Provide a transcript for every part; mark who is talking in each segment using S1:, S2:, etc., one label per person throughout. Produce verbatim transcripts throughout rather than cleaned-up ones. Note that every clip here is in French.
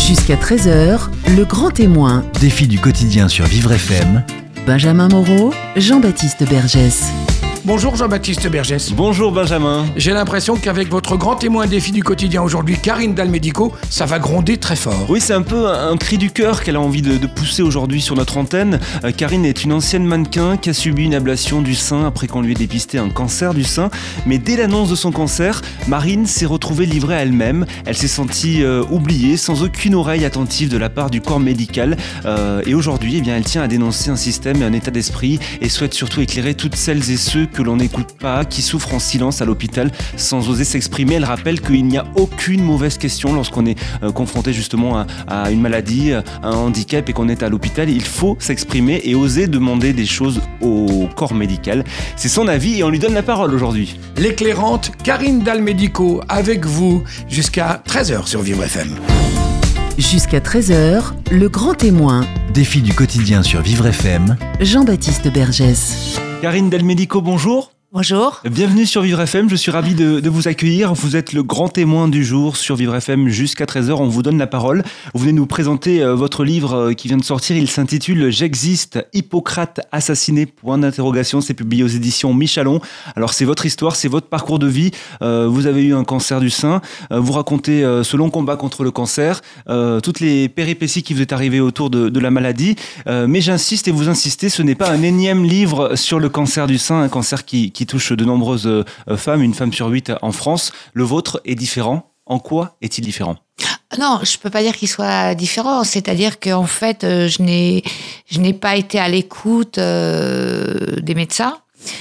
S1: Jusqu'à treize heures, le grand témoin.
S2: Défi du quotidien sur Vivre F M.
S1: Benjamin Moreau, Jean-Baptiste Bergès.
S3: Bonjour Jean-Baptiste Bergès.
S4: Bonjour Benjamin.
S3: J'ai l'impression qu'avec votre grand témoin défi du quotidien aujourd'hui, Karine Dalmédico, ça va gronder très fort.
S4: Oui, c'est un peu un cri du cœur qu'elle a envie de, de pousser aujourd'hui sur notre antenne. Euh, Karine est une ancienne mannequin qui a subi une ablation du sein après qu'on lui ait dépisté un cancer du sein. Mais dès l'annonce de son cancer, Marine s'est retrouvée livrée à elle-même. Elle s'est sentie euh, oubliée, sans aucune oreille attentive de la part du corps médical. Euh, et aujourd'hui, eh bien, elle tient à dénoncer un système et un état d'esprit et souhaite surtout éclairer toutes celles et ceux que l'on n'écoute pas, qui souffrent en silence à l'hôpital sans oser s'exprimer. Elle rappelle qu'il n'y a aucune mauvaise question lorsqu'on est euh, confronté justement à, à une maladie, à un handicap et qu'on est à l'hôpital. Il faut s'exprimer et oser demander des choses au corps médical. C'est son avis et on lui donne la parole aujourd'hui.
S3: L'éclairante Karine Dalmédico avec vous jusqu'à treize heures sur Vivre F M.
S1: Jusqu'à treize heures, le grand témoin.
S2: Défi du quotidien sur Vivre F M.
S1: Jean-Baptiste Bergès.
S4: Karine Dalmédico, bonjour.
S5: Bonjour.
S4: Bienvenue sur Vivre F M, je suis ravi de, de vous accueillir. Vous êtes le grand témoin du jour sur Vivre F M jusqu'à treize heures, on vous donne la parole. Vous venez nous présenter euh, votre livre euh, qui vient de sortir, il s'intitule « J'existe, Hippocrate assassiné », point d'interrogation, c'est publié aux éditions Michalon. Alors c'est votre histoire, c'est votre parcours de vie, euh, vous avez eu un cancer du sein, euh, vous racontez euh, ce long combat contre le cancer, euh, toutes les péripéties qui vous est arrivées autour de, de la maladie, euh, mais j'insiste et vous insistez, ce n'est pas un énième livre sur le cancer du sein, un cancer qui, qui touche de nombreuses euh, femmes, une femme sur huit en France. Le vôtre est différent. En quoi est-il différent ?
S5: Non, je peux pas dire qu'il soit différent. C'est-à-dire qu'en fait, euh, je n'ai, je n'ai pas été à l'écoute euh, des médecins.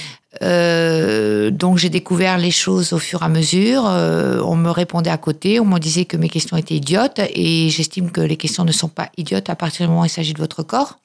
S5: Euh, donc j'ai découvert les choses au fur et à mesure. Euh, on me répondait à côté, on me disait que mes questions étaient idiotes, et j'estime que les questions ne sont pas idiotes à partir du moment où il s'agit de votre corps.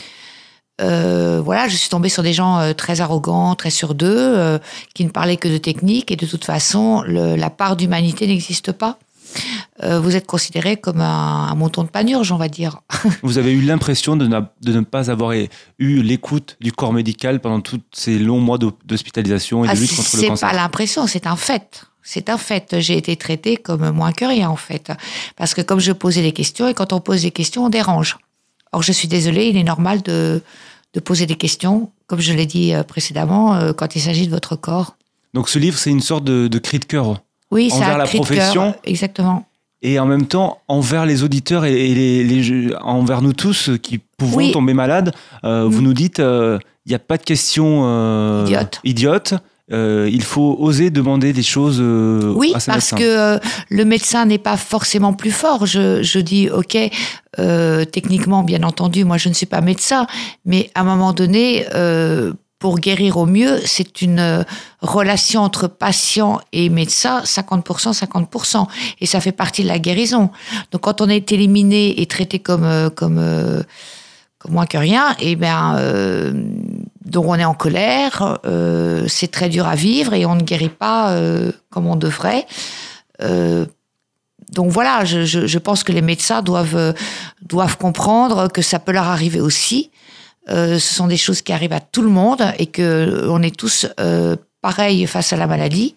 S5: Euh, voilà, je suis tombée sur des gens euh, très arrogants, très sûrs d'eux, euh, qui ne parlaient que de technique, et de toute façon, le, la part d'humanité n'existe pas. Euh, vous êtes considéré comme un, un mouton de panurge, on va dire.
S4: Vous avez eu l'impression de, de ne pas avoir eu l'écoute du corps médical pendant tous ces longs mois d'hospitalisation et de
S5: ah,
S4: lutte contre le cancer.
S5: C'est pas l'impression, c'est un fait. C'est un fait. J'ai été traitée comme moins que rien, en fait. Parce que comme je posais des questions, et quand on pose des questions, on dérange. Or, je suis désolée, il est normal de, de poser des questions, comme je l'ai dit précédemment, euh, quand il s'agit de votre corps.
S4: Donc, ce livre, c'est une sorte de, de cri de cœur
S5: oui,
S4: envers
S5: ça,
S4: la
S5: cri
S4: profession.
S5: De cœur, exactement.
S4: Et en même temps, envers les auditeurs et, et les, les, envers nous tous qui pouvons oui. tomber malades. Euh, mmh. Vous nous dites, il euh, n'y a pas de questions euh,
S5: idiotes.
S4: idiotes. Euh, il faut oser demander des choses euh,
S5: oui,
S4: à ses
S5: parce
S4: médecins.
S5: que euh, le médecin n'est pas forcément plus fort. Je, je dis, ok, euh, techniquement, bien entendu, moi je ne suis pas médecin, mais à un moment donné, euh, pour guérir au mieux, c'est une euh, relation entre patient et médecin, cinquante pour cent, cinquante pour cent, et ça fait partie de la guérison. Donc quand on est éliminé et traité comme euh, comme euh, comme moins que rien, et eh bien euh, donc on est en colère, euh, c'est très dur à vivre et on ne guérit pas euh, comme on devrait. Euh, donc voilà, je, je, je pense que les médecins doivent, doivent comprendre que ça peut leur arriver aussi. Euh, ce sont des choses qui arrivent à tout le monde et qu'on est tous euh, pareils face à la maladie.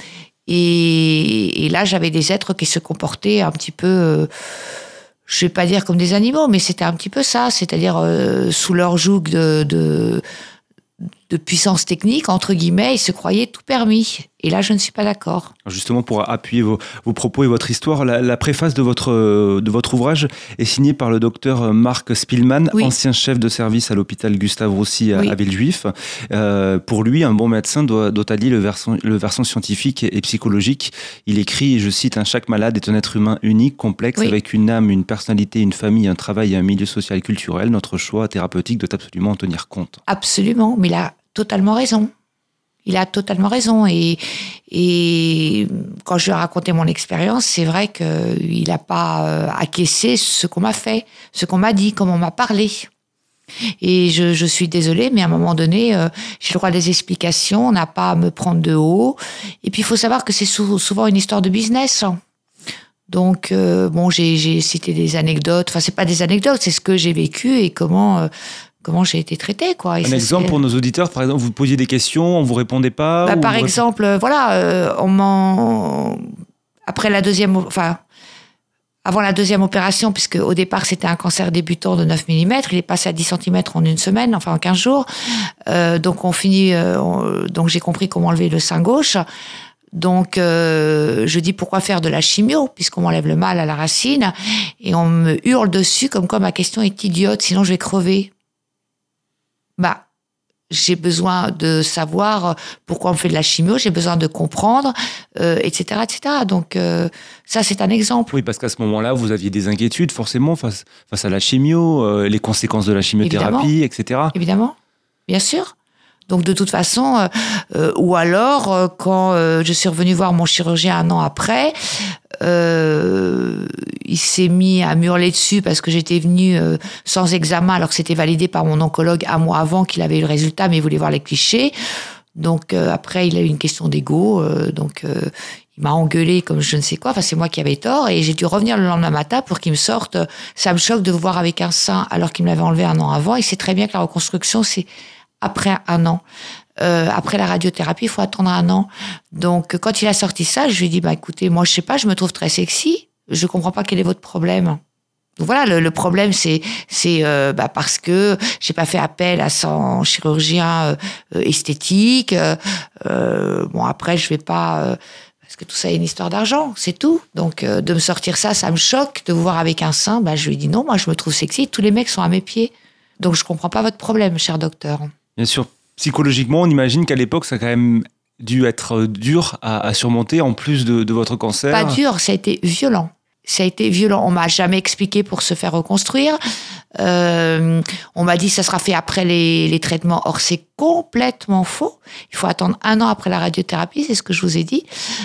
S5: Et, et là, j'avais des êtres qui se comportaient un petit peu... Euh, je vais pas dire comme des animaux, mais c'était un petit peu ça, c'est-à-dire euh, sous leur joug de, de, de puissance technique, entre guillemets, ils se croyaient tout permis. Et là, je ne suis pas d'accord.
S4: Justement, pour appuyer vos, vos propos et votre histoire, la, la préface de votre, de votre ouvrage est signée par le docteur Marc Spillmann, oui. ancien chef de service à l'hôpital Gustave Roussy à, oui. à Villejuif. Euh, pour lui, un bon médecin doit, doit allier le versant, le versant scientifique et psychologique. Il écrit, et je cite, « Chaque malade est un être humain unique, complexe, oui. avec une âme, une personnalité, une famille, un travail et un milieu social et culturel. Notre choix thérapeutique doit absolument en tenir compte. »
S5: Absolument, mais il a totalement raison. Il a totalement raison. Et, et quand je lui ai raconté mon expérience, c'est vrai qu'il n'a pas euh, acquiescé ce qu'on m'a fait, ce qu'on m'a dit, comment on m'a parlé. Et je, je suis désolée, mais à un moment donné, euh, j'ai le droit à des explications, on n'a pas à me prendre de haut. Et puis, il faut savoir que c'est sou- souvent une histoire de business. Donc, euh, bon, j'ai, j'ai cité des anecdotes. Enfin, c'est pas des anecdotes, c'est ce que j'ai vécu et comment... Euh, comment j'ai été traitée, quoi. Et
S4: un exemple c'est... pour nos auditeurs, par exemple, vous posiez des questions, on vous répondait pas.
S5: Bah, par
S4: vous...
S5: exemple, euh, voilà, euh, on m'en... après la deuxième, enfin, avant la deuxième opération, puisque au départ c'était un cancer débutant de neuf millimètres, il est passé à dix centimètres en une semaine, enfin en quinze jours. Euh, donc on finit, euh, on, donc j'ai compris comment enlever le sein gauche. Donc euh, je dis pourquoi faire de la chimio, puisqu'on m'enlève le mal à la racine, et on me hurle dessus comme quoi ma question est idiote, sinon je vais crever. Bah, j'ai besoin de savoir pourquoi on fait de la chimio, j'ai besoin de comprendre, euh, et cetera, et cetera. Donc euh, ça, c'est un exemple.
S4: Oui, parce qu'à ce moment-là, vous aviez des inquiétudes forcément face, face à la chimio, euh, les conséquences de la chimiothérapie,
S5: Évidemment.
S4: et cetera.
S5: Évidemment, bien sûr. Donc de toute façon, euh, euh, ou alors euh, quand euh, je suis revenue voir mon chirurgien un an après, euh, il s'est mis à m'hurler dessus parce que j'étais venue euh, sans examen alors que c'était validé par mon oncologue un mois avant qu'il avait eu le résultat, mais il voulait voir les clichés. Donc euh, après, il a eu une question d'ego, euh, donc euh, il m'a engueulé comme je ne sais quoi. Enfin, c'est moi qui avais tort et j'ai dû revenir le lendemain matin pour qu'il me sorte. Ça me choque de vous voir avec un sein alors qu'il me l'avait enlevé un an avant. Il sait très bien que la reconstruction, c'est après un an. Euh, après la radiothérapie, il faut attendre un an. Donc, quand il a sorti ça, je lui ai dit, bah, écoutez, moi, je sais pas, je me trouve très sexy. Je comprends pas quel est votre problème. Donc voilà, le, le problème, c'est, c'est euh, bah, parce que j'ai pas fait appel à son chirurgien euh, esthétique. Euh, bon, après, je vais pas... Euh, parce que tout ça est une histoire d'argent, c'est tout. Donc, euh, de me sortir ça, ça me choque. De vous voir avec un sein, bah, je lui ai dit, non, moi, je me trouve sexy. Tous les mecs sont à mes pieds. Donc, je comprends pas votre problème, cher docteur.
S4: Bien sûr, psychologiquement, on imagine qu'à l'époque, ça a quand même dû être dur à, à surmonter, en plus de, de votre cancer.
S5: Pas dur, ça a été violent. Ça a été violent. On m'a jamais expliqué pour se faire reconstruire. Euh, on m'a dit que ça sera fait après les, les traitements. Or, c'est complètement faux. Il faut attendre un an après la radiothérapie, c'est ce que je vous ai dit.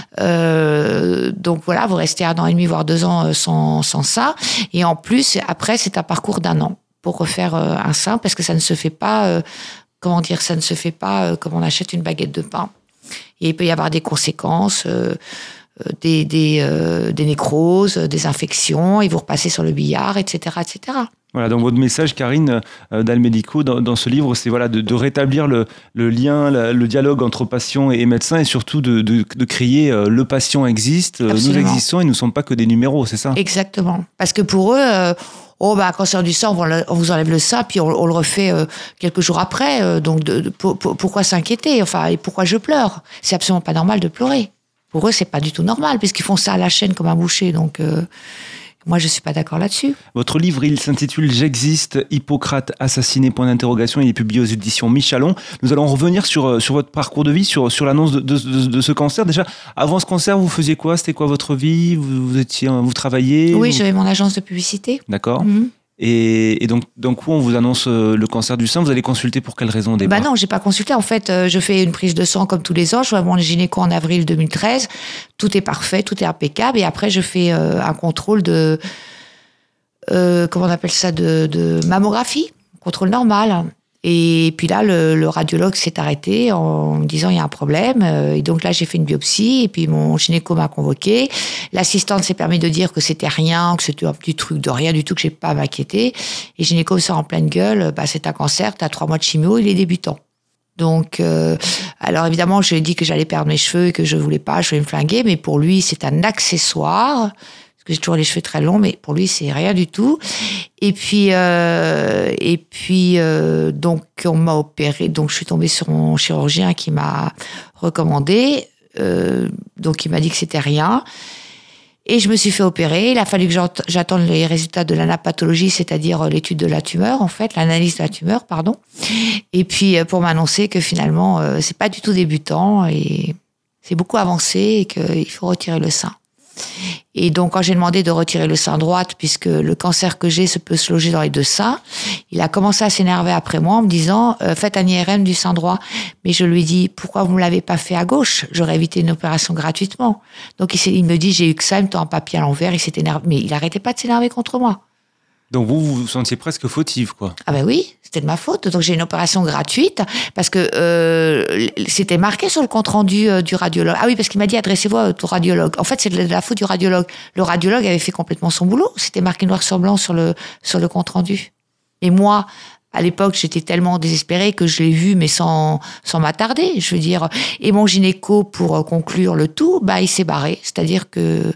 S5: Euh, donc voilà, vous restez un an et demi, voire deux ans sans, sans ça. Et en plus, après, c'est un parcours d'un an pour refaire euh, un sein, parce que ça ne se fait pas... Euh, Comment dire, ça ne se fait pas euh, comme on achète une baguette de pain. Et il peut y avoir des conséquences, euh, des, des, euh, des nécroses, des infections, et vous repassez sur le billard, et cetera, et cetera.
S4: Voilà, donc votre message, Karine euh, d'Almedico, dans, dans ce livre, c'est voilà, de, de rétablir le, le lien, la, le dialogue entre patient et médecin, et surtout de, de, de crier euh, le patient existe, euh, nous existons et nous ne sommes pas que des numéros, c'est ça ?
S5: Exactement. Parce que pour eux... Euh, Oh, bah, cancer du sang, on vous enlève le sein, puis on, on le refait euh, quelques jours après. Euh, donc, de, de, pour, pour, pourquoi s'inquiéter ? Enfin, et pourquoi je pleure ? C'est absolument pas normal de pleurer. Pour eux, c'est pas du tout normal, puisqu'ils font ça à la chaîne comme un boucher. Donc, euh, moi, je suis pas d'accord là-dessus.
S4: Votre livre, il s'intitule « J'existe, Hippocrate assassiné », point d'interrogation. Il est publié aux éditions Michalon. Nous allons revenir sur, sur votre parcours de vie, sur, sur l'annonce de, de, de, de ce cancer. Déjà, avant ce cancer, vous faisiez quoi ? C'était quoi votre vie ? vous, vous, étiez, vous travailliez ?
S5: Oui,
S4: vous...
S5: j'avais mon agence de publicité.
S4: D'accord.
S5: Mm-hmm.
S4: Et, et donc, d'un coup, on vous annonce le cancer du sein. Vous allez consulter pour quelle raison au départ ?
S5: Bah non, j'ai pas consulté. En fait, euh, je fais une prise de sang comme tous les ans. Je vois mon gynéco en avril deux mille treize. Tout est parfait, tout est impeccable. Et après, je fais euh, un contrôle de... Euh, comment on appelle ça, de, de mammographie, contrôle normal. Et puis là, le, le radiologue s'est arrêté en me disant il y a un problème. Et donc là, j'ai fait une biopsie et puis mon gynéco m'a convoqué. L'assistante s'est permis de dire que c'était rien, que c'était un petit truc de rien du tout, que j'ai pas à m'inquiéter. Et le gynéco me sort en pleine gueule, bah, c'est un cancer, t'as trois mois de chimio, il est débutant. Donc, euh, alors évidemment, je lui ai dit que j'allais perdre mes cheveux et que je voulais pas, je voulais me flinguer, mais pour lui, c'est un accessoire. Que j'ai toujours les cheveux très longs, mais pour lui, c'est rien du tout. Et puis, euh, et puis euh, donc, on m'a opéré. Donc, je suis tombée sur mon chirurgien qui m'a recommandé. Euh, donc, il m'a dit que c'était rien. Et je me suis fait opérer. Il a fallu que j'attende les résultats de l'anapathologie, c'est-à-dire l'étude de la tumeur, en fait, l'analyse de la tumeur, pardon. Et puis, pour m'annoncer que finalement, euh, c'est pas du tout débutant et c'est beaucoup avancé et qu'il faut retirer le sein. Et donc, quand j'ai demandé de retirer le sein droit, puisque le cancer que j'ai se peut se loger dans les deux seins, il a commencé à s'énerver après moi en me disant euh, « Faites un I R M du sein droit ». Mais je lui dis « Pourquoi vous ne me l'avez pas fait à gauche ? J'aurais évité une opération gratuitement ». Donc, il, il me dit « J'ai eu que ça, il me tend un papier à l'envers ». Il s'est énervé, mais il n'arrêtait pas de s'énerver contre moi.
S4: Donc vous, vous vous sentiez presque fautive, quoi.
S5: Ah ben oui, c'était de ma faute. Donc j'ai une opération gratuite parce que euh, c'était marqué sur le compte-rendu euh, du radiologue. Ah oui, parce qu'il m'a dit adressez-vous au radiologue. En fait, c'est de la faute du radiologue. Le radiologue avait fait complètement son boulot. C'était marqué noir sur blanc sur le sur le compte-rendu. Et moi, à l'époque, j'étais tellement désespérée que je l'ai vu, mais sans sans m'attarder. Je veux dire. Et mon gynéco, pour conclure le tout, bah il s'est barré. C'est-à-dire que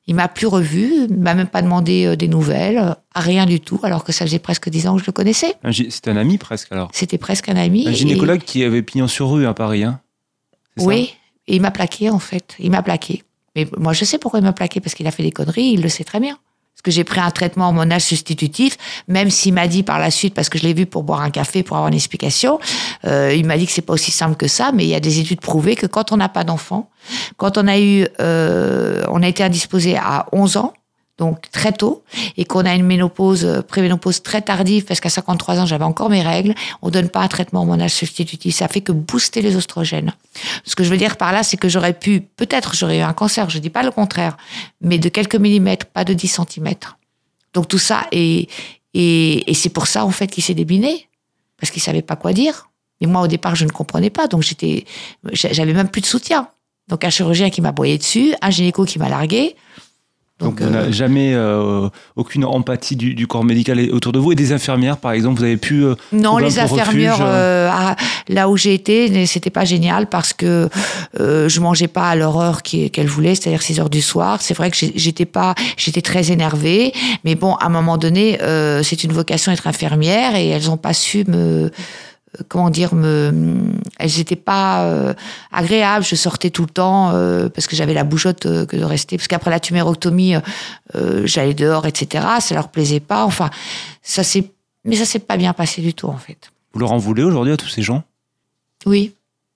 S5: Il m'a plus revu, il m'a même pas demandé euh, des nouvelles, euh, rien du tout, alors que ça faisait presque dix ans que je le connaissais.
S4: Un gy- C'était un ami presque alors.
S5: C'était presque un ami.
S4: Un gynécologue et... qui avait pignon sur rue à Paris, hein. C'est
S5: oui,
S4: ça
S5: et il m'a plaqué en fait. Il m'a plaqué. Mais moi je sais pourquoi il m'a plaqué, parce qu'il a fait des conneries, il le sait très bien. Parce que j'ai pris un traitement hormonal substitutif, même s'il m'a dit par la suite, parce que je l'ai vu pour boire un café, pour avoir une explication, euh, il m'a dit que c'est pas aussi simple que ça, mais il y a des études prouvées que quand on n'a pas d'enfant, quand on a eu, euh, on a été indisposé à onze ans, donc très tôt, et qu'on a une ménopause, préménopause très tardive, parce qu'à cinquante-trois ans, j'avais encore mes règles, on donne pas un traitement hormonal substitutif, ça fait que booster les oestrogènes. Ce que je veux dire par là, c'est que j'aurais pu, peut-être j'aurais eu un cancer, je dis pas le contraire, mais de quelques millimètres, pas de dix centimètres. Donc tout ça, et, et, et c'est pour ça, en fait, qu'il s'est débiné, parce qu'il savait pas quoi dire. Et moi, au départ, je ne comprenais pas, donc j'étais, j'avais même plus de soutien. Donc un chirurgien qui m'a broyé dessus, un gynéco qui m'a largué.
S4: Donc,
S5: Donc
S4: vous
S5: euh,
S4: n'avez jamais euh, aucune empathie du, du corps médical autour de vous, et des infirmières par exemple, vous avez pu euh,
S5: non, les
S4: un peu
S5: infirmières
S4: refuge,
S5: euh, à- là où j'ai été, c'était pas génial parce que euh, je mangeais pas à leur heure qui- qu'elles voulaient, c'est-à-dire six heures du soir. C'est vrai que j'ai- j'étais pas, j'étais très énervée, mais bon, à un moment donné, euh, c'est une vocation d'être infirmière et elles ont pas su me comment dire, me, elles n'étaient pas euh, agréables. Je sortais tout le temps euh, parce que j'avais la bougeotte euh, que de rester. Parce qu'après la tumérectomie, euh, j'allais dehors, et cetera. Ça leur plaisait pas. Enfin, ça s'est, mais ça s'est pas bien passé du tout en fait.
S4: Vous leur en voulez aujourd'hui à tous ces gens?
S5: Oui,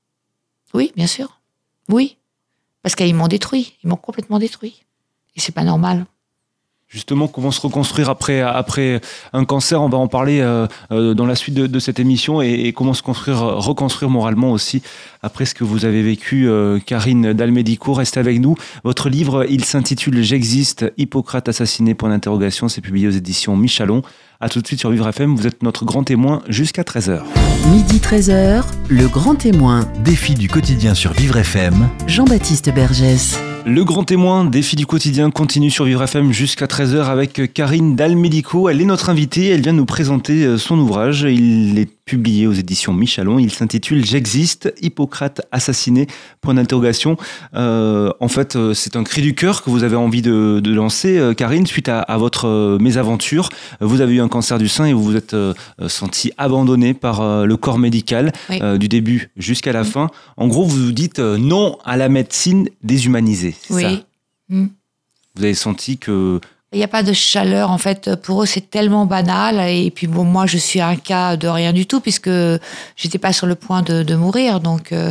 S5: oui, bien sûr, oui, parce qu'ils m'ont détruit. Ils m'ont complètement détruit. Et c'est pas normal.
S4: Justement, comment se reconstruire après, après un cancer, on va en parler euh, euh, dans la suite de, de cette émission, et, et comment se construire, reconstruire moralement aussi après ce que vous avez vécu. euh, Karine Dalmédico, restez avec nous. Votre livre, il s'intitule « J'existe, Hippocrate assassiné », point d'interrogation. C'est publié aux éditions Michalon. A tout de suite sur Vivre F M, vous êtes notre grand témoin jusqu'à treize heures.
S1: Midi treize heures, le grand témoin,
S2: Défi du quotidien sur Vivre F M.
S1: Jean-Baptiste Bergès.
S4: Le grand témoin, défi du quotidien, continue sur Vivre F M jusqu'à treize heures avec Karine Dalmédico. Elle est notre invitée, elle vient nous présenter son ouvrage. Il est publié aux éditions Michalon. Il s'intitule « J'existe, Hippocrate assassiné », point d'interrogation. Euh, en fait, c'est un cri du cœur que vous avez envie de, de lancer, Karine, suite à, à votre mésaventure. Vous avez eu un cancer du sein et vous vous êtes euh, senti abandonnée par euh, le corps médical,
S5: Oui.
S4: euh, du début jusqu'à la
S5: Oui.
S4: fin. En gros, vous vous dites euh, non à la médecine déshumanisée. C'est ça.
S5: Oui. Mm.
S4: Vous avez senti que...
S5: Il n'y a pas de chaleur, en fait. Pour eux, c'est tellement banal. Et puis, bon, moi, je suis un cas de rien du tout, puisque j'étais pas sur le point de, de mourir. Donc, euh,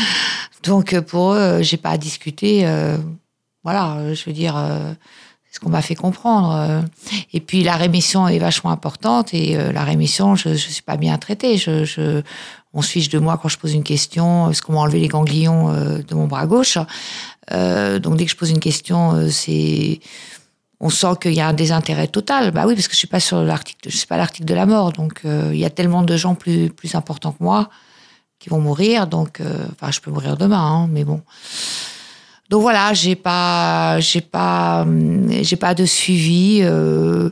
S5: donc, pour eux, j'ai pas à discuter. Euh, voilà, je veux dire, euh, c'est ce qu'on m'a fait comprendre. Euh. Et puis, la rémission est vachement importante. Et euh, la rémission, je, je suis pas bien traitée. Je, je, on se fiche de moi quand je pose une question, parce qu'on m'a enlevé les ganglions euh, de mon bras gauche. Euh, donc, dès que je pose une question, euh, c'est... on sent qu'il y a un désintérêt total. Bah oui, parce que je suis pas sur l'article, je suis pas l'article de la mort. Donc, euh, il y a tellement de gens plus, plus importants que moi qui vont mourir. Donc, euh, enfin, je peux mourir demain, hein, mais bon. Donc voilà, j'ai pas, j'ai pas, j'ai pas de suivi. Euh,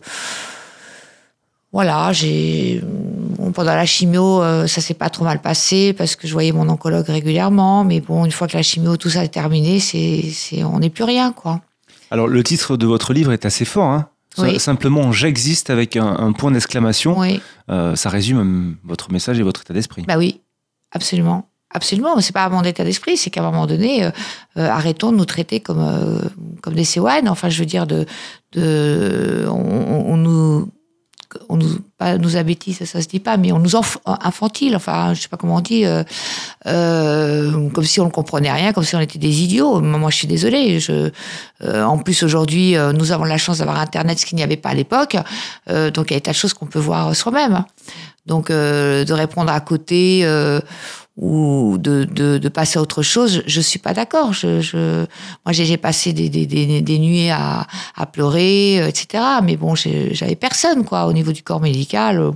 S5: voilà, j'ai, bon, pendant la chimio, euh, ça s'est pas trop mal passé parce que je voyais mon oncologue régulièrement. Mais bon, une fois que la chimio, tout ça est terminé, c'est, c'est, on n'est plus rien, quoi.
S4: Alors, le titre de votre livre est assez fort, hein.
S5: Oui.
S4: Simplement, j'existe avec un, un point d'exclamation.
S5: Oui.
S4: Euh, ça résume euh, votre message et votre état d'esprit.
S5: Bah oui, absolument. Absolument. C'est pas à mon état d'esprit, c'est qu'à un moment donné, euh, euh, arrêtons de nous traiter comme, euh, comme des C O N. Enfin, je veux dire, de, de, on, on nous, on nous, pas nous abêtise, ça, ça se dit pas, mais on nous enf- infantile. Enfin, je sais pas comment on dit, euh, euh, comme si on ne comprenait rien, comme si on était des idiots. Moi, je suis désolée. Je, euh, en plus, aujourd'hui, euh, nous avons la chance d'avoir Internet, ce qu'il n'y avait pas à l'époque. Euh, donc, il y a des tas de choses qu'on peut voir soi-même. Donc, euh, de répondre à côté. Euh, ou de, de, de passer à autre chose, je suis pas d'accord. Je, je, moi, j'ai, j'ai passé des, des, des, des nuits à, à pleurer, et cetera. Mais bon, j'ai, j'avais personne, quoi, au niveau du corps médical.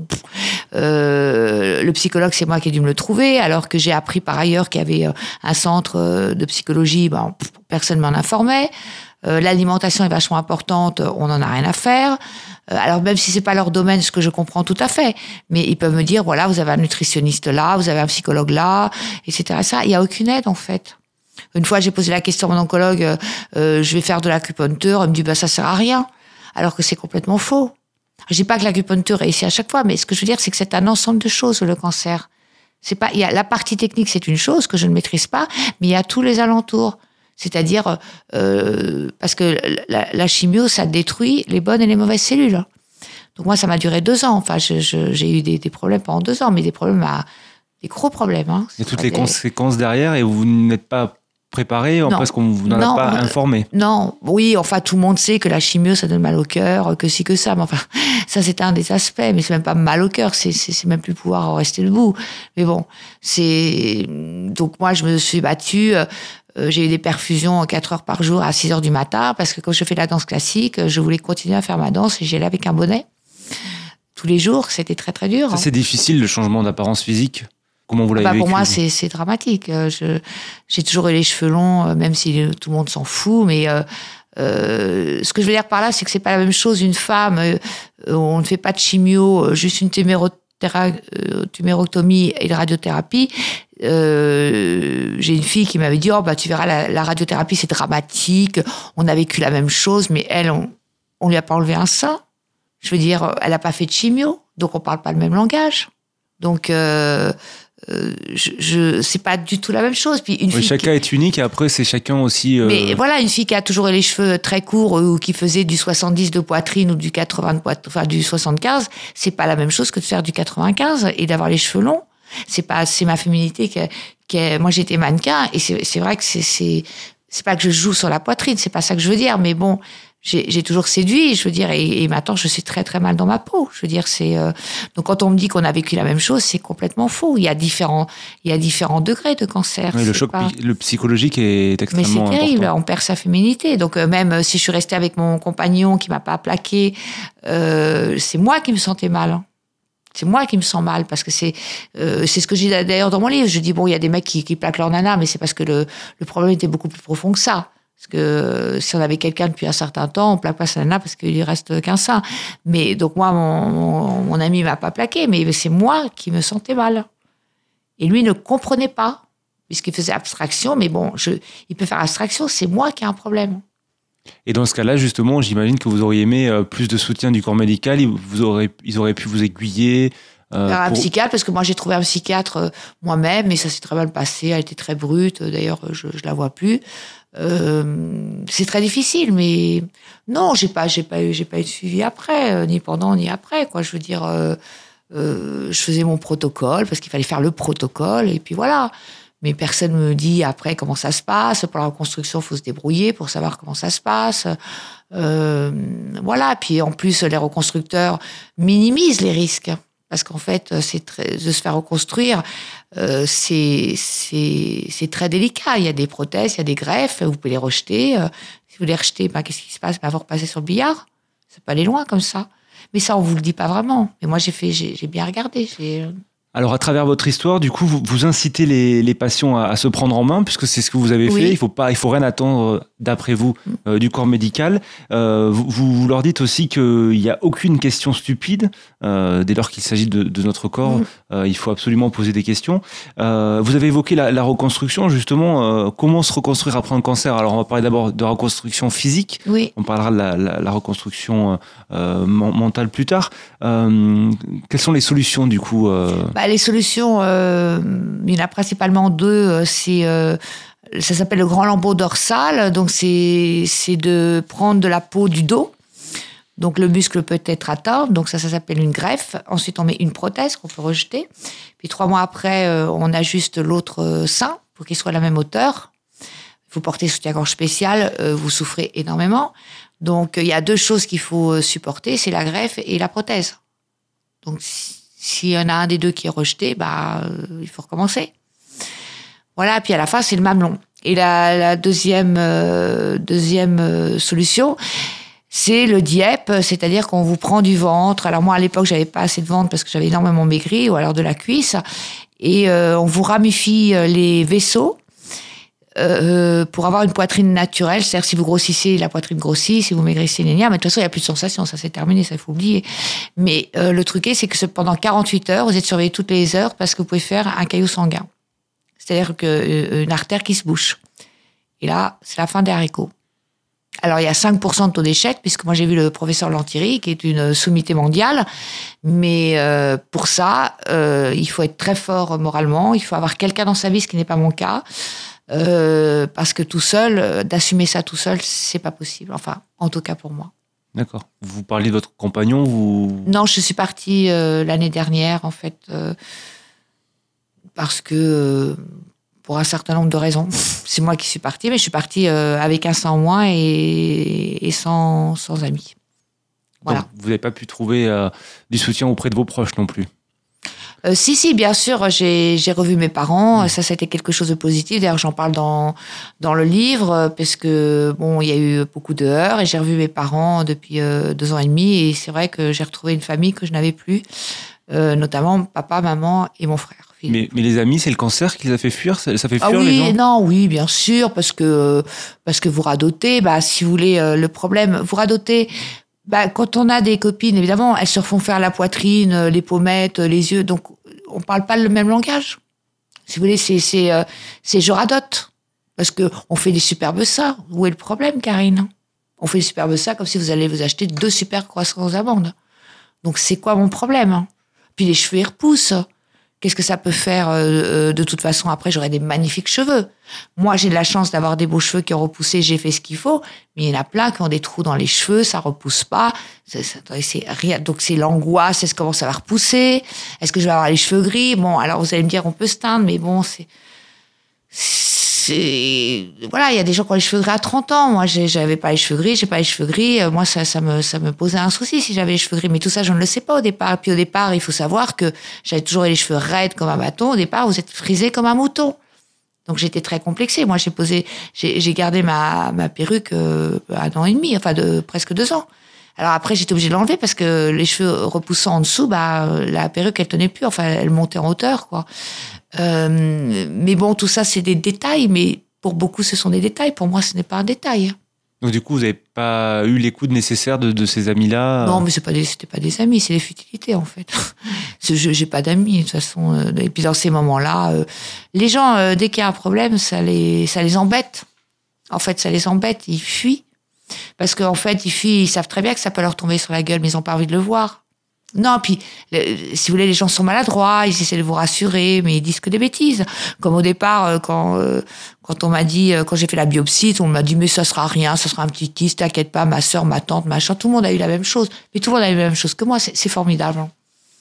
S5: Euh, le psychologue, c'est moi qui ai dû me le trouver, alors que j'ai appris par ailleurs qu'il y avait un centre de psychologie, ben, personne m'en informait. Euh, l'alimentation est vachement importante, on n'en a rien à faire. Euh, alors même si c'est pas leur domaine, ce que je comprends tout à fait, mais ils peuvent me dire voilà, vous avez un nutritionniste là, vous avez un psychologue là, et cetera. Ça, il y a aucune aide en fait. Une fois, j'ai posé la question à mon oncologue, euh, je vais faire de l'acupuncture. Elle me dit, bah, ça sert à rien. Alors que c'est complètement faux. Je dis pas que l'acupuncture réussit à chaque fois, mais ce que je veux dire, c'est que c'est un ensemble de choses, le cancer. C'est pas, il y a la partie technique, c'est une chose que je ne maîtrise pas, mais il y a tous les alentours. C'est-à-dire, euh, parce que la, la chimio, ça détruit les bonnes et les mauvaises cellules. Donc moi, ça m'a duré deux ans. Enfin, je, je, j'ai eu des, des problèmes pendant deux ans, mais des problèmes à, des gros problèmes. Hein.
S4: Il y a toutes les des... conséquences derrière et vous n'êtes pas préparé, en parce qu'on vous n'en a pas informé.
S5: Non, oui, enfin, tout le monde sait que la chimio, ça donne mal au cœur, que si, que ça. Mais enfin, ça, c'est un des aspects, mais c'est même pas mal au cœur, c'est, c'est, c'est même plus pouvoir rester debout. Mais bon, c'est... Donc moi, je me suis battue... Euh, j'ai eu des perfusions quatre heures par jour à six heures du matin parce que quand je fais de la danse classique, je voulais continuer à faire ma danse et j'y allais avec un bonnet tous les jours. C'était très, très dur.
S4: Ça, c'est difficile, le changement d'apparence physique. Comment vous l'avez
S5: bah,
S4: vécu?
S5: Pour moi, c'est, c'est dramatique. Je, j'ai toujours eu les cheveux longs, même si tout le monde s'en fout. Mais euh, euh, ce que je veux dire par là, c'est que c'est pas la même chose. Une femme, euh, on ne fait pas de chimio, juste une tumérectomie et de radiothérapie. Euh, j'ai une fille qui m'avait dit, oh, bah, tu verras, la, la radiothérapie, c'est dramatique. On a vécu la même chose, mais elle, on, on lui a pas enlevé un sein. Je veux dire, elle a pas fait de chimio, donc on parle pas le même langage. Donc, euh, euh, je, je, c'est pas du tout la même chose. Puis une
S4: oui,
S5: fille
S4: chacun
S5: qui...
S4: est unique et après, c'est chacun aussi. Euh...
S5: Mais voilà, une fille qui a toujours eu les cheveux très courts ou qui faisait du soixante-dix de poitrine ou du quatre-vingts de poitrine, enfin, du soixante-quinze, c'est pas la même chose que de faire du quatre-vingt-quinze et d'avoir les cheveux longs. C'est pas, c'est ma féminité qui, qui, moi j'étais mannequin et c'est, c'est vrai que c'est, c'est, c'est pas que je joue sur la poitrine, c'est pas ça que je veux dire, mais bon, j'ai, j'ai toujours séduit, je veux dire, et, et maintenant je suis très très mal dans ma peau, je veux dire, c'est, euh, donc quand on me dit qu'on a vécu la même chose, c'est complètement faux. Il y a différents, il y a différents degrés de cancer.
S4: Oui, le choc, pas... le psychologique est extrêmement important.
S5: Mais c'est terrible,
S4: important.
S5: On perd sa féminité. Donc euh, même si je suis restée avec mon compagnon qui m'a pas plaqué, euh, c'est moi qui me sentais mal. C'est moi qui me sens mal parce que c'est euh, c'est ce que j'ai d'ailleurs dans mon livre. Je dis bon, il y a des mecs qui, qui plaquent leur nana, mais c'est parce que le, le problème était beaucoup plus profond que ça. Parce que euh, si on avait quelqu'un depuis un certain temps, on plaque pas sa nana parce qu'il lui reste qu'un sein. Mais donc moi, mon, mon, mon ami m'a pas plaqué, mais c'est moi qui me sentais mal. Et lui ne comprenait pas puisqu'il faisait abstraction. Mais bon, je, il peut faire abstraction. C'est moi qui ai un problème.
S4: Et dans ce cas-là, justement, j'imagine que vous auriez aimé euh, plus de soutien du corps médical. Vous aurez, ils auraient pu vous aiguiller. Euh,
S5: un
S4: pour...
S5: psychiatre, parce que moi j'ai trouvé un psychiatre euh, moi-même, mais ça s'est très mal passé. Elle était très brute. D'ailleurs, je, je la vois plus. Euh, c'est très difficile, mais non, j'ai pas, j'ai pas eu, j'ai pas eu de suivi après, euh, ni pendant ni après. Quoi, je veux dire, euh, euh, je faisais mon protocole parce qu'il fallait faire le protocole, et puis voilà. Mais personne me dit après comment ça se passe. Pour la reconstruction, il faut se débrouiller pour savoir comment ça se passe. Euh, voilà. Puis en plus, les reconstructeurs minimisent les risques. Parce qu'en fait, c'est très, de se faire reconstruire, euh, c'est, c'est, c'est très délicat. Il y a des prothèses, il y a des greffes, vous pouvez les rejeter. Euh, si vous les rejetez, ben, qu'est-ce qui se passe? Ben, vous repassez sur le billard. Ça peut aller loin comme ça. Mais ça, on vous le dit pas vraiment. Mais moi, j'ai fait, j'ai, j'ai bien regardé. J'ai...
S4: Alors, à travers votre histoire, du coup, vous, vous incitez les, les patients à, à se prendre en main, puisque c'est ce que vous avez
S5: oui.
S4: fait. Il faut pas, il faut rien attendre, d'après vous, euh, du corps médical. Euh, vous, vous leur dites aussi qu'il n'y a aucune question stupide. Euh, dès lors qu'il s'agit de, de notre corps, mmh. euh, il faut absolument poser des questions. Euh, vous avez évoqué la, la reconstruction, justement. Euh, comment se reconstruire après un cancer? Alors, on va parler d'abord de reconstruction physique.
S5: Oui.
S4: On parlera de la, la, la reconstruction euh, mentale plus tard. Euh, quelles sont les solutions, du coup euh...
S5: bah, les solutions, euh, il y en a principalement deux. C'est, euh, ça s'appelle le grand lambeau dorsal. Donc, c'est, c'est de prendre de la peau du dos. Donc, le muscle peut être atteint. Donc, ça, ça s'appelle une greffe. Ensuite, on met une prothèse qu'on peut rejeter. Puis, trois mois après, euh, on ajuste l'autre sein pour qu'il soit à la même hauteur. Vous portez soutien-gorge spécial, euh, vous souffrez énormément. Donc, il y a deux choses qu'il faut supporter, c'est la greffe et la prothèse. Donc, s'il y en a un des deux qui est rejeté, bah, euh, il faut recommencer. Voilà, puis à la fin, c'est le mamelon. Et la, la deuxième, euh, deuxième euh, solution, c'est le diep, c'est-à-dire qu'on vous prend du ventre. Alors moi, à l'époque, j'avais pas assez de ventre parce que j'avais énormément maigri, ou alors de la cuisse. Et euh, on vous ramifie les vaisseaux euh, pour avoir une poitrine naturelle. C'est-à-dire, si vous grossissez, la poitrine grossit. Si vous maigrissez, gna gna. Mais de toute façon, il n'y a plus de sensation. Ça, c'est terminé. Ça, il faut oublier. Mais euh, le truc est, c'est que pendant quarante-huit heures, vous êtes surveillé toutes les heures parce que vous pouvez faire un caillot sanguin. C'est-à-dire que, euh, une artère qui se bouche. Et là, c'est la fin des haricots. Alors, il y a cinq pour cent de taux d'échec, puisque moi, j'ai vu le professeur Lantieri, qui est une sommité mondiale. Mais euh, pour ça, euh, il faut être très fort moralement. Il faut avoir quelqu'un dans sa vie, ce qui n'est pas mon cas. Euh, parce que tout seul, d'assumer ça tout seul, c'est pas possible. Enfin, en tout cas pour moi.
S4: D'accord. Vous parliez de votre compagnon, vous...
S5: Non, je suis partie euh, l'année dernière, en fait, euh, parce que... Euh, pour un certain nombre de raisons. C'est moi qui suis partie, mais je suis partie euh, avec un sang en moins et, et sans, sans amis. Voilà.
S4: Donc, vous n'avez pas pu trouver euh, du soutien auprès de vos proches non plus?
S5: euh, Si, si, bien sûr, j'ai, j'ai revu mes parents. Ça, ça a été quelque chose de positif. D'ailleurs, j'en parle dans, dans le livre, parce que, bon, il y a eu beaucoup de heurts, et j'ai revu mes parents depuis euh, deux ans et demi, et c'est vrai que j'ai retrouvé une famille que je n'avais plus, euh, notamment papa, maman et mon frère.
S4: Mais, mais les amis, c'est le cancer qui les a fait fuir? Ça, ça fait fuir
S5: ah oui,
S4: les gens?
S5: Non, oui, bien sûr, parce que, parce que vous radotez, bah, si vous voulez, euh, le problème, vous radotez, bah, quand on a des copines, évidemment, elles se refont faire la poitrine, les pommettes, les yeux, donc on parle pas le même langage. Si vous voulez, c'est, c'est, euh, c'est je radote, parce que on fait des superbes seins. Où est le problème, Karine? On fait des superbes seins comme si vous allez vous acheter deux super croissants aux amandes. Donc c'est quoi mon problème, hein? Puis les cheveux, ils repoussent. Qu'est-ce que ça peut faire euh, de toute façon? Après, j'aurai des magnifiques cheveux. Moi, j'ai de la chance d'avoir des beaux cheveux qui ont repoussé, j'ai fait ce qu'il faut. Mais il y en a plein qui ont des trous dans les cheveux, ça repousse pas. C'est, c'est rien. Donc, c'est l'angoisse. Est-ce que comment ça va repousser? Est-ce que je vais avoir les cheveux gris? Bon, alors vous allez me dire, on peut se teindre, mais bon, c'est... c'est... Voilà, il y a des gens qui ont les cheveux gris à trente ans. Moi, j'ai, j'avais pas les cheveux gris, j'ai pas les cheveux gris. Moi, ça, ça me, ça me posait un souci si j'avais les cheveux gris. Mais tout ça, je ne le sais pas au départ. Puis au départ, il faut savoir que j'avais toujours eu les cheveux raides comme un bâton. Au départ, vous êtes frisé comme un mouton. Donc, j'étais très complexée. Moi, j'ai posé, j'ai, j'ai gardé ma, ma perruque euh, un an et demi, enfin, de presque deux ans. Alors après, j'étais obligée de l'enlever parce que les cheveux repoussant en dessous, bah, la perruque, elle tenait plus. Enfin, elle montait en hauteur, quoi. Euh, mais bon, tout ça, c'est des détails, mais pour beaucoup, ce sont des détails. Pour moi, ce n'est pas un détail.
S4: Donc du coup, vous n'avez pas eu l'écoute nécessaire de, de ces amis-là?
S5: Non, mais c'est pas des, c'était pas des amis, c'est des futilités, en fait. Je, j'ai pas d'amis, de toute façon. Et puis dans ces moments-là, euh, les gens, euh, dès qu'il y a un problème, ça les, ça les embête. En fait, ça les embête, ils fuient. Parce qu'en fait, ils fuient, ils savent très bien que ça peut leur tomber sur la gueule, mais ils n'ont pas envie de le voir. Non, puis, le, si vous voulez, les gens sont maladroits, ils essaient de vous rassurer, mais ils disent que des bêtises. Comme au départ, quand, euh, quand on m'a dit, quand j'ai fait la biopsie, on m'a dit, mais ça sera rien, ça sera un petit kyste, t'inquiète pas, ma sœur, ma tante, machin, tout le monde a eu la même chose. Mais tout le monde a eu la même chose que moi, c'est, c'est formidable. Hein.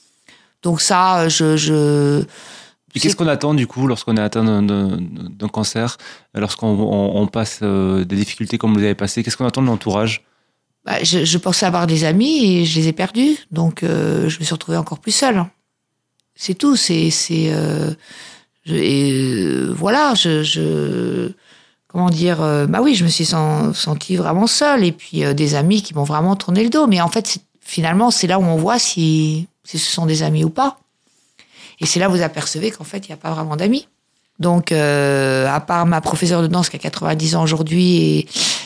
S5: Donc ça, je... je
S4: Et qu'est-ce qu'on attend, du coup, lorsqu'on est atteint d'un, d'un, d'un cancer, lorsqu'on on, on passe euh, des difficultés comme vous avez passé, qu'est-ce qu'on attend de l'entourage?
S5: Bah, je, je pensais avoir des amis et je les ai perdus, donc euh, je me suis retrouvée encore plus seule. C'est tout, c'est... c'est euh, je, et euh, voilà, je, je... Comment dire euh, Bah oui, je me suis sen, sentie vraiment seule, et puis euh, des amis qui m'ont vraiment tourné le dos. Mais en fait, c'est, finalement, c'est là où on voit si, si ce sont des amis ou pas. Et c'est là où vous apercevez qu'en fait, il n'y a pas vraiment d'amis. Donc, euh, à part ma professeure de danse qui a quatre-vingt-dix ans aujourd'hui et,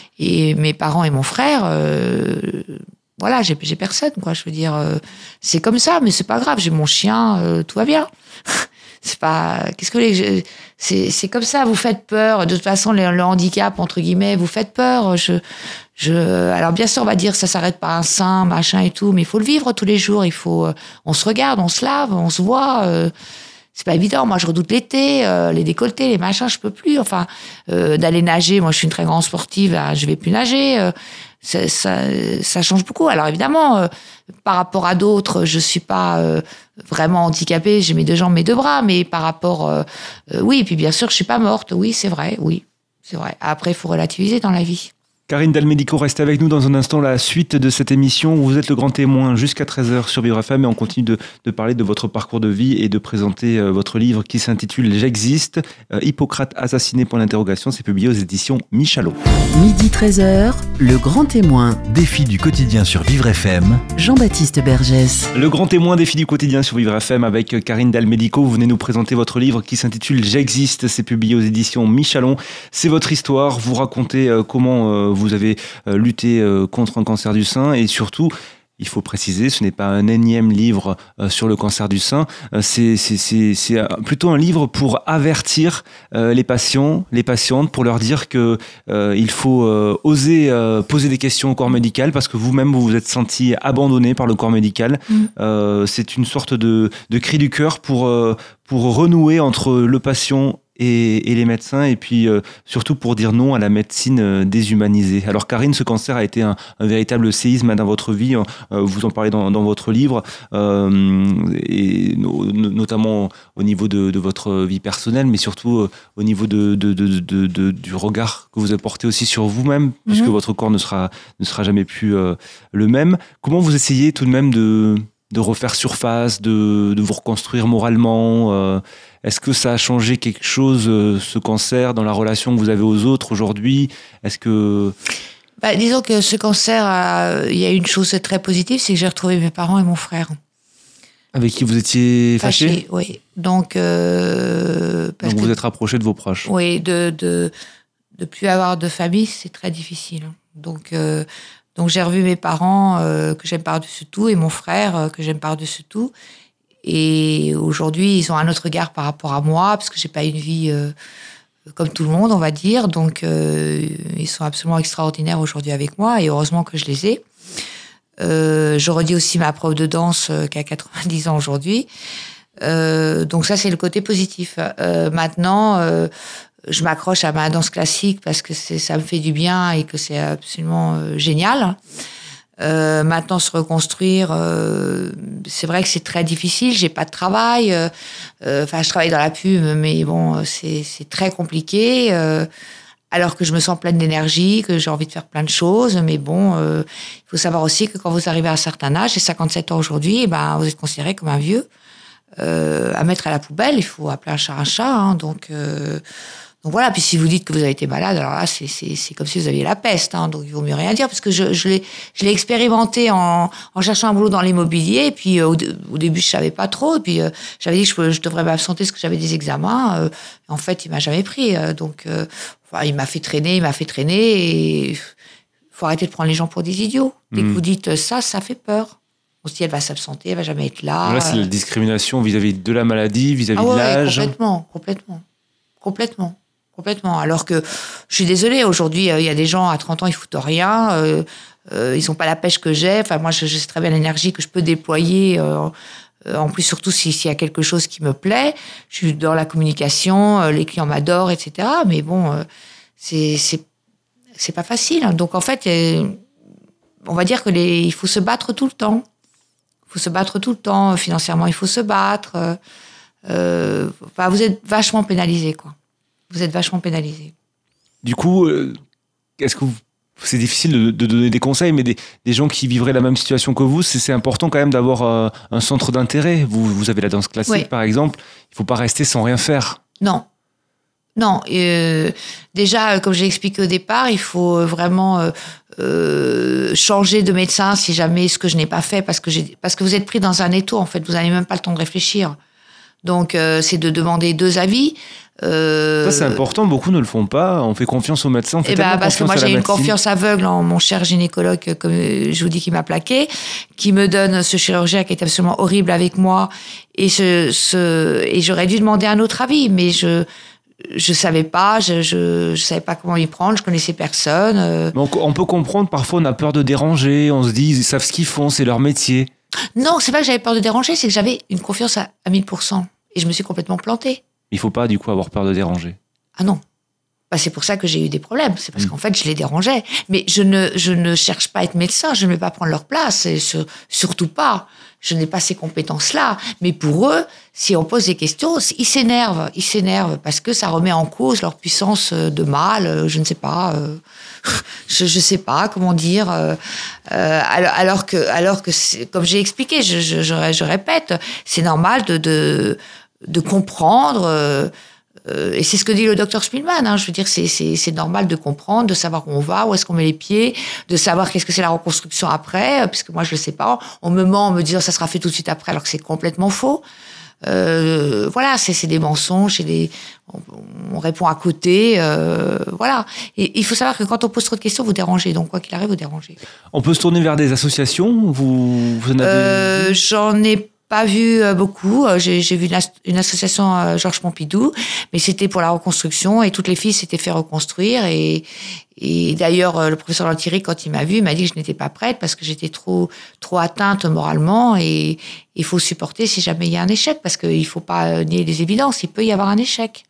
S5: et mes parents et mon frère, euh, voilà, j'ai, j'ai personne, quoi. Je veux dire, euh, c'est comme ça, mais c'est pas grave. J'ai mon chien, euh, tout va bien. C'est pas, qu'est-ce que vous voulez, je, c'est, c'est comme ça. Vous faites peur. De toute façon, le, le handicap, entre guillemets, vous faites peur. Je, je, alors bien sûr, on va dire, ça s'arrête par un sein, machin et tout, mais il faut le vivre tous les jours. Il faut, euh, on se regarde, on se lave, on se voit. Euh, c'est pas évident. Moi, je redoute l'été, euh, les décolletés, les machins, je peux plus. Enfin, euh, d'aller nager. Moi, je suis une très grande sportive. Hein, je vais plus nager. Euh, ça, ça, ça change beaucoup. Alors évidemment, euh, par rapport à d'autres, je suis pas euh, vraiment handicapée. J'ai mes deux jambes, mes deux bras, mais par rapport, euh, euh, oui. Et puis bien sûr, je suis pas morte. Oui, c'est vrai. Oui, c'est vrai. Après, il faut relativiser dans la vie.
S4: Karine Dal-Médico, restez avec nous dans un instant, la suite de cette émission. Vous êtes le grand témoin jusqu'à treize heures sur Vivre F M et on continue de, de parler de votre parcours de vie et de présenter euh, votre livre qui s'intitule « J'existe euh, ». Hippocrate assassiné pour l'interrogation, c'est publié aux éditions Michalot.
S1: Midi treize heures, le grand témoin.
S2: Défi du quotidien sur Vivre F M.
S1: Jean-Baptiste Bergès.
S4: Le grand témoin défi du quotidien sur Vivre F M avec Karine Dal-Médico. Vous venez nous présenter votre livre qui s'intitule « J'existe ». C'est publié aux éditions Michalot. C'est votre histoire. Vous racontez euh, comment euh, vous avez euh, lutté euh, contre un cancer du sein et surtout, il il faut préciser, ce n'est pas un énième livre euh, sur le cancer du sein. Euh, c'est, c'est, c'est, c'est plutôt un livre pour avertir euh, les patients, les patientes, pour leur dire que euh, il faut euh, oser euh, poser des questions au corps médical parce que vous-même vous vous êtes senti abandonné par le corps médical. Mmh. Euh, c'est une sorte de, de cri du cœur pour euh, pour renouer entre le patient Et, et les médecins, et puis euh, surtout pour dire non à la médecine euh, déshumanisée. Alors Karine, ce cancer a été un, un véritable séisme dans votre vie, euh, vous en parlez dans, dans votre livre, euh, et no, notamment au niveau de, de votre vie personnelle, mais surtout euh, au niveau de, de, de, de, de, du regard que vous apportez aussi sur vous-même, mm-hmm. puisque votre corps ne sera, ne sera jamais plus euh, le même. Comment vous essayez tout de même de, de refaire surface, de, de vous reconstruire moralement euh, Est-ce que ça a changé quelque chose, euh, ce cancer, dans la relation que vous avez aux autres aujourd'hui ? Est-ce que...
S5: Bah, disons que ce cancer, a... il y a une chose très positive, c'est que j'ai retrouvé mes parents et mon frère.
S4: Avec qui vous étiez fâché ?
S5: Fâché, oui. Donc, euh, parce
S4: Donc vous
S5: que...
S4: êtes rapproché de vos proches.
S5: Oui, de de de plus avoir de famille, c'est très difficile. Donc, euh, donc j'ai revu mes parents euh, que j'aime par-dessus tout et mon frère euh, que j'aime par-dessus tout. Et aujourd'hui, ils ont un autre regard par rapport à moi, parce que j'ai pas une vie euh, comme tout le monde, on va dire. Donc, euh, ils sont absolument extraordinaires aujourd'hui avec moi, et heureusement que je les ai. Euh, je redis aussi ma prof de danse euh, qui a quatre-vingt-dix ans aujourd'hui. Euh, donc ça, c'est le côté positif. Euh, maintenant, euh, je m'accroche à ma danse classique parce que c'est, ça me fait du bien et que c'est absolument euh, génial. Euh, maintenant, se reconstruire, euh, c'est vrai que c'est très difficile. J'ai pas de travail. Enfin, euh, euh, je travaille dans la pub, mais bon, c'est, c'est très compliqué. Euh, alors que je me sens pleine d'énergie, que j'ai envie de faire plein de choses. Mais bon, euh, il faut savoir aussi que quand vous arrivez à un certain âge, j'ai cinquante-sept ans aujourd'hui, eh ben, vous êtes considéré comme un vieux euh, à mettre à la poubelle. Il faut appeler un chat un chat. Hein, donc... Euh, Donc voilà, puis si vous dites que vous avez été malade, alors là, c'est, c'est, c'est comme si vous aviez la peste, hein, donc il vaut mieux rien dire, parce que je, je, l'ai, je l'ai expérimenté en, en cherchant un boulot dans l'immobilier, et puis euh, au, au début, je savais pas trop, et puis euh, j'avais dit que je, je devrais m'absenter parce que j'avais des examens, euh, en fait, il m'a jamais pris, euh, donc euh, enfin, il m'a fait traîner, il m'a fait traîner, et il faut arrêter de prendre les gens pour des idiots. Dès mmh. que vous dites ça, ça fait peur. On se dit, elle va s'absenter, elle va jamais être là.
S4: Là, c'est la discrimination vis-à-vis de la maladie, vis-à-vis
S5: ah ouais,
S4: de l'âge.
S5: Complètement, complètement, complètement. Complètement. Alors que, je suis désolée, aujourd'hui, il euh, y a des gens à trente ans, ils foutent rien, euh, euh, ils n'ont pas la pêche que j'ai. Enfin, moi, je, je sais très bien l'énergie que je peux déployer. Euh, euh, en plus, surtout si, s'il y a quelque chose qui me plaît. Je suis dans la communication, euh, les clients m'adorent, et cetera. Mais bon, euh, c'est, c'est, c'est pas facile. Donc, en fait, euh, on va dire que les, il faut se battre tout le temps. Il faut se battre tout le temps. Financièrement, il faut se battre. Euh, enfin, vous êtes vachement pénalisé, quoi. Vous êtes vachement pénalisé.
S4: Du coup, euh, est-ce que vous, c'est difficile de, de donner des conseils, mais des, des gens qui vivraient la même situation que vous, c'est, c'est important quand même d'avoir euh, un centre d'intérêt. Vous, vous avez la danse classique, oui. par exemple. Il ne faut pas rester sans rien faire.
S5: Non. Non. Euh, déjà, comme j'ai expliqué au départ, il faut vraiment euh, euh, changer de médecin si jamais ce que je n'ai pas fait, parce que, j'ai, parce que vous êtes pris dans un étau, en fait. Vous n'avez même pas le temps de réfléchir. Donc, euh, c'est de demander deux avis. Euh...
S4: Ça, c'est important. Beaucoup ne le font pas. On fait confiance aux médecins. On fait
S5: eh ben,
S4: tellement
S5: parce que moi, j'ai
S4: une
S5: médecine. Confiance aveugle en mon cher gynécologue, comme je vous dis, qui m'a plaqué, qui me donne ce chirurgien qui est absolument horrible avec moi. Et, ce, ce, et j'aurais dû demander un autre avis, mais je je savais pas. Je, je, je savais pas comment y prendre. Je connaissais personne. Euh...
S4: Mais on, on peut comprendre. Parfois, on a peur de déranger. On se dit, ils savent ce qu'ils font. C'est leur métier.
S5: Non, c'est pas que j'avais peur de déranger. C'est que j'avais une confiance à, à mille pour cent. Et je me suis complètement plantée.
S4: Il ne faut pas, du coup, avoir peur de déranger.
S5: Ah non. Bah, c'est pour ça que j'ai eu des problèmes. C'est parce mmh. qu'en fait, je les dérangeais. Mais je ne, je ne cherche pas à être médecin. Je ne vais pas prendre leur place. Et sur, surtout pas. Je n'ai pas ces compétences-là. Mais pour eux, si on pose des questions, ils s'énervent. Ils s'énervent parce que ça remet en cause leur puissance de mal. Je ne sais pas. Euh, je ne sais pas comment dire. Euh, alors, alors que, alors que c'est, comme j'ai expliqué, je, je, je, je répète, c'est normal de... de de comprendre, euh, euh, et c'est ce que dit le docteur Spielmann, hein, je veux dire, c'est, c'est, c'est normal de comprendre, de savoir où on va, où est-ce qu'on met les pieds, de savoir qu'est-ce que c'est la reconstruction après, puisque moi je le sais pas, on me ment en me disant ça sera fait tout de suite après, alors que c'est complètement faux. Euh, voilà, c'est, c'est des mensonges, c'est des, on, on répond à côté, euh, voilà. Et il faut savoir que quand on pose trop de questions, vous dérangez. Donc quoi qu'il arrive, vous dérangez.
S4: On peut se tourner vers des associations. Vous, vous en avez
S5: euh,
S4: vu
S5: J'en ai pas vu beaucoup. J'ai, j'ai vu une, as- une association euh, Georges Pompidou, mais c'était pour la reconstruction et toutes les filles s'étaient fait reconstruire. Et, et d'ailleurs, euh, le professeur Lantieri, quand il m'a vu, il m'a dit que je n'étais pas prête parce que j'étais trop, trop atteinte moralement. Et il faut supporter si jamais il y a un échec, parce qu'il faut pas nier les évidences. Il peut y avoir un échec.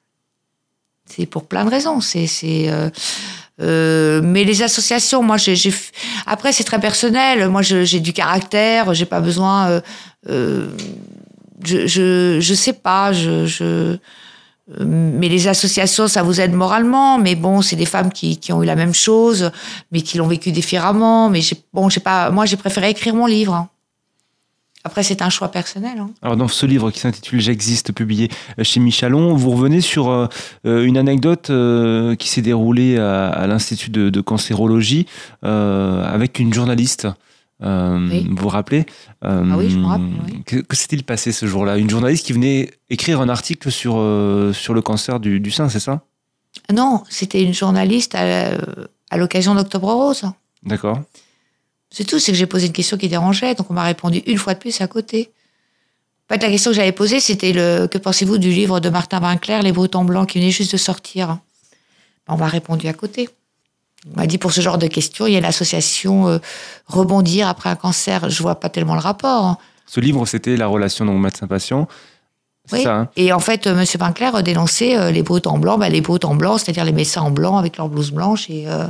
S5: C'est pour plein de raisons. C'est, c'est euh, Euh, mais les associations, moi, j'ai, j'ai... après c'est très personnel. Moi, je, j'ai du caractère, j'ai pas besoin. Euh, euh, je, je, je sais pas. Je, je... Mais les associations, ça vous aide moralement. Mais bon, c'est des femmes qui, qui ont eu la même chose, mais qui l'ont vécu différemment. Mais j'ai, bon, j'ai pas. Moi, j'ai préféré écrire mon livre. Hein. Après, c'est un choix personnel. Hein.
S4: Alors, dans ce livre qui s'intitule J'existe, publié chez Michalon, vous revenez sur euh, une anecdote euh, qui s'est déroulée à, à l'Institut de, de cancérologie euh, avec une journaliste. Euh,
S5: oui.
S4: Vous vous rappelez euh,
S5: Ah oui, je me rappelle. Oui.
S4: Que, que s'est-il passé ce jour-là? Une journaliste qui venait écrire un article sur, euh, sur le cancer du, du sein, c'est ça?
S5: Non, c'était une journaliste à, à l'occasion d'Octobre Rose.
S4: D'accord.
S5: C'est tout, c'est que j'ai posé une question qui dérangeait, donc on m'a répondu une fois de plus à côté. En fait, la question que j'avais posée, c'était le « Que pensez-vous du livre de Martin Winkler, Les Bretons Blancs, qui venait juste de sortir ?» On m'a répondu à côté. On m'a dit, pour ce genre de questions, il y a l'association euh, Rebondir après un cancer. Je vois pas tellement le rapport. Hein.
S4: Ce livre, c'était la relation donc médecin-patient. C'est
S5: oui.
S4: ça, hein.
S5: Et en fait, euh, M. Winkler dénonçait euh, les Bretons Blancs, bah, les Bretons Blancs, c'est-à-dire les médecins en blanc avec leur blouse blanche et... Euh...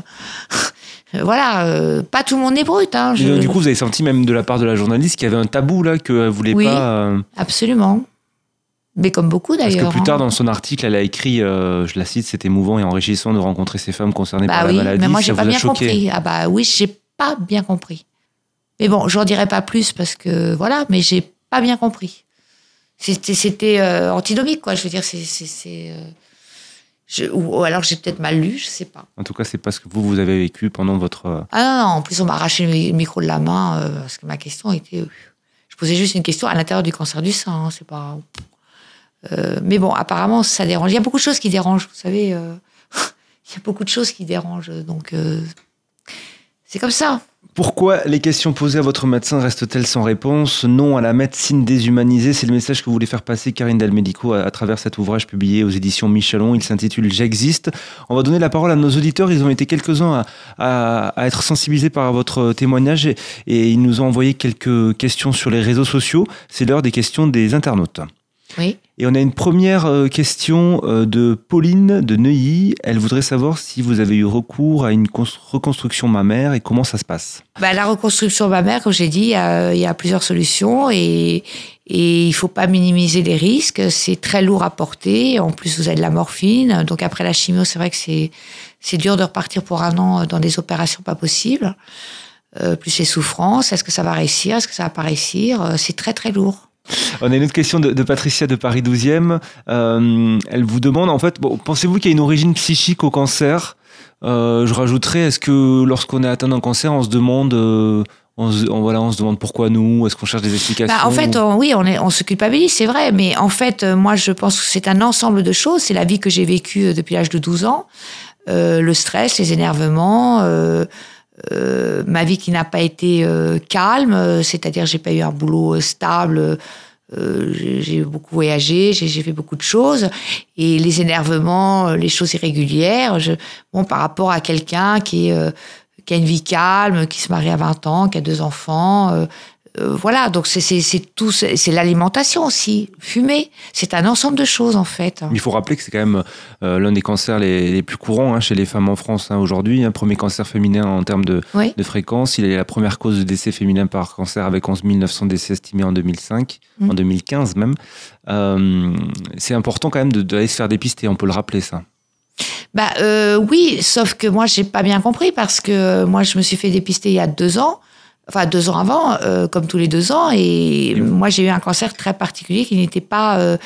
S5: Voilà, euh, pas tout le monde est brut. Hein, je...
S4: Du coup, vous avez senti même de la part de la journaliste qu'il y avait un tabou là, qu'elle ne voulait
S5: oui,
S4: pas... Euh...
S5: absolument. Mais comme beaucoup d'ailleurs.
S4: Parce que plus tard,
S5: hein.
S4: dans son article, elle a écrit, euh, je la cite, c'est émouvant et enrichissant de rencontrer ces femmes concernées
S5: bah
S4: par
S5: oui,
S4: la maladie.
S5: Mais moi,
S4: ça
S5: j'ai
S4: vous
S5: pas
S4: a
S5: bien
S4: choqué.
S5: compris. Ah bah oui, j'ai pas bien compris. Mais bon, j'en dirai pas plus parce que voilà, mais j'ai pas bien compris. C'était, c'était euh, antinomique, quoi. Je veux dire, c'est... c'est, c'est euh... Je, ou alors j'ai peut-être mal lu, je sais pas.
S4: En tout cas, c'est pas ce que vous, vous avez vécu pendant votre...
S5: Ah non, non, en plus on m'a arraché le micro de la main euh, parce que ma question était... Euh, je posais juste une question à l'intérieur du cancer du sein, hein, c'est pas... Euh, mais bon, apparemment, ça dérange. Il y a beaucoup de choses qui dérangent, vous savez. Euh, il y a beaucoup de choses qui dérangent, donc euh, c'est comme ça.
S4: Pourquoi les questions posées à votre médecin restent-elles sans réponse? Non à la médecine déshumanisée, c'est le message que vous voulez faire passer Karine Del-Medico à, à travers cet ouvrage publié aux éditions Michalon. Il s'intitule J'existe. On va donner la parole à nos auditeurs. Ils ont été quelques-uns à, à, à être sensibilisés par votre témoignage et, et ils nous ont envoyé quelques questions sur les réseaux sociaux. C'est l'heure des questions des internautes.
S5: Oui.
S4: Et on a une première question de Pauline de Neuilly. Elle voudrait savoir si vous avez eu recours à une reconstruction mammaire et comment ça se passe.
S5: Bah, la reconstruction mammaire, comme j'ai dit, il y a, il y a plusieurs solutions et, et il ne faut pas minimiser les risques. C'est très lourd à porter. En plus, vous avez de la morphine. Donc après la chimio, c'est vrai que c'est, c'est dur de repartir pour un an dans des opérations pas possibles. Euh, plus les souffrances. Est-ce que ça va réussir? Est-ce que ça va pas réussir? C'est très, très lourd.
S4: On a une autre question de, de Patricia de Paris douzième. Euh, elle vous demande, en fait, bon, pensez-vous qu'il y a une origine psychique au cancer? euh, Je rajouterais, est-ce que lorsqu'on est atteint d'un cancer, on se demande, euh, on, se, on, voilà, on se demande pourquoi nous? Est-ce qu'on cherche des explications?
S5: Bah, en fait, on, oui, on, est, on se culpabilise, c'est vrai. Mais en fait, moi, je pense que c'est un ensemble de choses. C'est la vie que j'ai vécue depuis l'âge de douze ans. Euh, le stress, les énervements... Euh, Euh, ma vie qui n'a pas été euh, calme, c'est-à-dire j'ai pas eu un boulot stable, euh, j'ai, j'ai beaucoup voyagé, j'ai, j'ai fait beaucoup de choses, et les énervements, les choses irrégulières, je, bon, par rapport à quelqu'un qui, est, euh, qui a une vie calme, qui se marie à vingt ans, qui a deux enfants, euh, euh, voilà, donc c'est, c'est, c'est tout, c'est, c'est l'alimentation aussi, fumer, c'est un ensemble de choses en fait.
S4: Il faut rappeler que c'est quand même euh, l'un des cancers les, les plus courants hein, chez les femmes en France hein, aujourd'hui, un premier cancer féminin en termes de,
S5: oui.
S4: de fréquence, il est la première cause de décès féminin par cancer avec onze mille neuf cents décès estimés en deux mille cinq, mmh. en deux mille quinze même. Euh, c'est important quand même de, d'aller se faire dépister, on peut le rappeler ça.
S5: Bah euh, oui, sauf que moi j'ai pas bien compris parce que moi je me suis fait dépister il y a deux ans. Enfin, deux ans avant, euh, comme tous les deux ans. Et mmh. moi, j'ai eu un cancer très particulier qui n'était pas euh,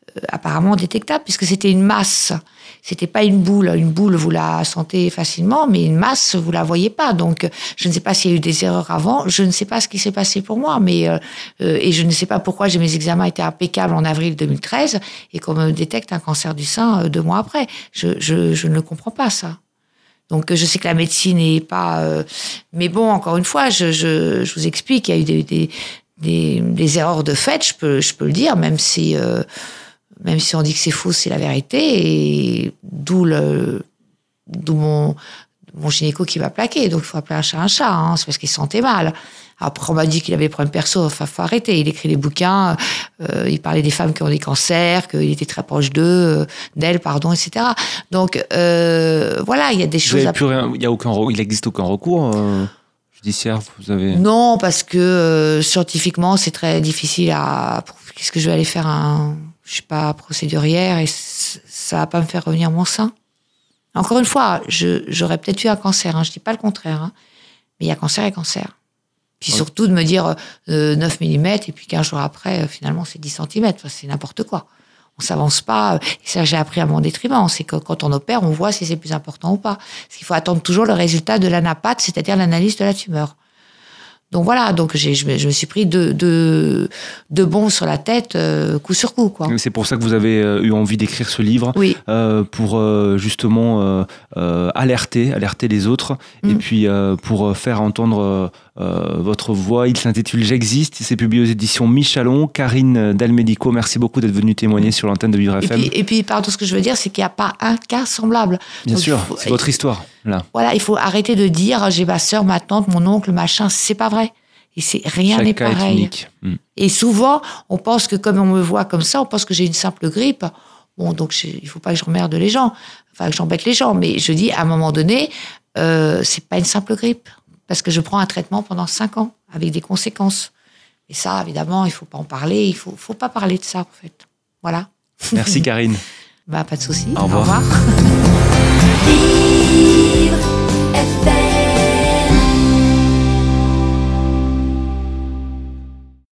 S5: apparemment détectable, puisque c'était une masse. C'était pas une boule. Une boule, vous la sentez facilement, mais une masse, vous la voyez pas. Donc, je ne sais pas s'il y a eu des erreurs avant. Je ne sais pas ce qui s'est passé pour moi, mais euh, et je ne sais pas pourquoi j'ai mes examens étaient impeccables en avril deux mille treize et qu'on me détecte un cancer du sein deux mois après. Je, je, je ne comprends pas ça. Donc, je sais que la médecine n'est pas. Euh, mais bon, encore une fois, je, je, je vous explique, il y a eu des, des, des, des erreurs de fait. Je peux, je peux le dire, même si. Euh, Même si on dit que c'est faux, c'est la vérité. Et d'où, le, d'où mon, mon gynéco qui m'a plaqué. Donc, il faut appeler un chat un chat. Hein, c'est parce qu'il se sentait mal. Après, on m'a dit qu'il avait des problèmes perso. Enfin, il faut arrêter. Il écrit des bouquins. Euh, il parlait des femmes qui ont des cancers, qu'il était très proche d'eux, d'elles, pardon, et cetera. Donc, euh, voilà, il y a des
S4: Vous
S5: choses...
S4: avez plus rien, il y a aucun, il n'existe aucun recours euh, judiciaire, vous avez...
S5: Non, parce que euh, scientifiquement, c'est très difficile à... Qu'est-ce que je vais aller faire un... Je suis pas procédurière et ça va pas me faire revenir mon sein. Encore une fois, je, j'aurais peut-être eu un cancer, hein, je dis pas le contraire, hein, mais il y a cancer et cancer. Puis ouais. Surtout de me dire euh, neuf millimètres et puis quinze jours après, euh, finalement, c'est dix centimètres. Enfin, c'est n'importe quoi. On s'avance pas. Et ça, j'ai appris à mon détriment. C'est que quand on opère, on voit si c'est plus important ou pas. Parce qu'il faut attendre toujours le résultat de l'anapathe, c'est-à-dire l'analyse de la tumeur. Donc voilà, donc j'ai, je, me, je me suis pris deux, deux, deux bons sur la tête, euh, coup sur coup, quoi.
S4: C'est pour ça que vous avez euh, eu envie d'écrire ce livre,
S5: oui.
S4: euh, pour euh, justement euh, euh, alerter, alerter les autres, mmh. et puis euh, pour faire entendre euh, votre voix. Il s'intitule J'existe, c'est publié aux éditions Michalon. Karine Dalmédico, merci beaucoup d'être venue témoigner sur l'antenne de Vivre
S5: et
S4: F M.
S5: Puis, et puis, pardon, ce que je veux dire, c'est qu'il n'y a pas un cas semblable.
S4: Bien
S5: donc,
S4: sûr,
S5: faut,
S4: c'est votre histoire, là.
S5: Voilà, il faut arrêter de dire j'ai ma sœur, ma tante, mon oncle, machin, c'est pas vrai. Et c'est, rien
S4: Chaque
S5: n'est
S4: cas
S5: pareil.
S4: Est unique. Mm.
S5: Et souvent, on pense que comme on me voit comme ça, on pense que j'ai une simple grippe. Bon, donc il faut pas que j'emmerde les gens, enfin que j'embête les gens. Mais je dis, à un moment donné, euh, c'est pas une simple grippe. Parce que je prends un traitement pendant cinq ans, avec des conséquences. Et ça, évidemment, il faut pas en parler. Il faut, faut pas parler de ça, en fait. Voilà.
S4: Merci, Karine.
S5: Bah, pas de souci.
S4: Au revoir.
S5: Au revoir.
S6: Vivre F M.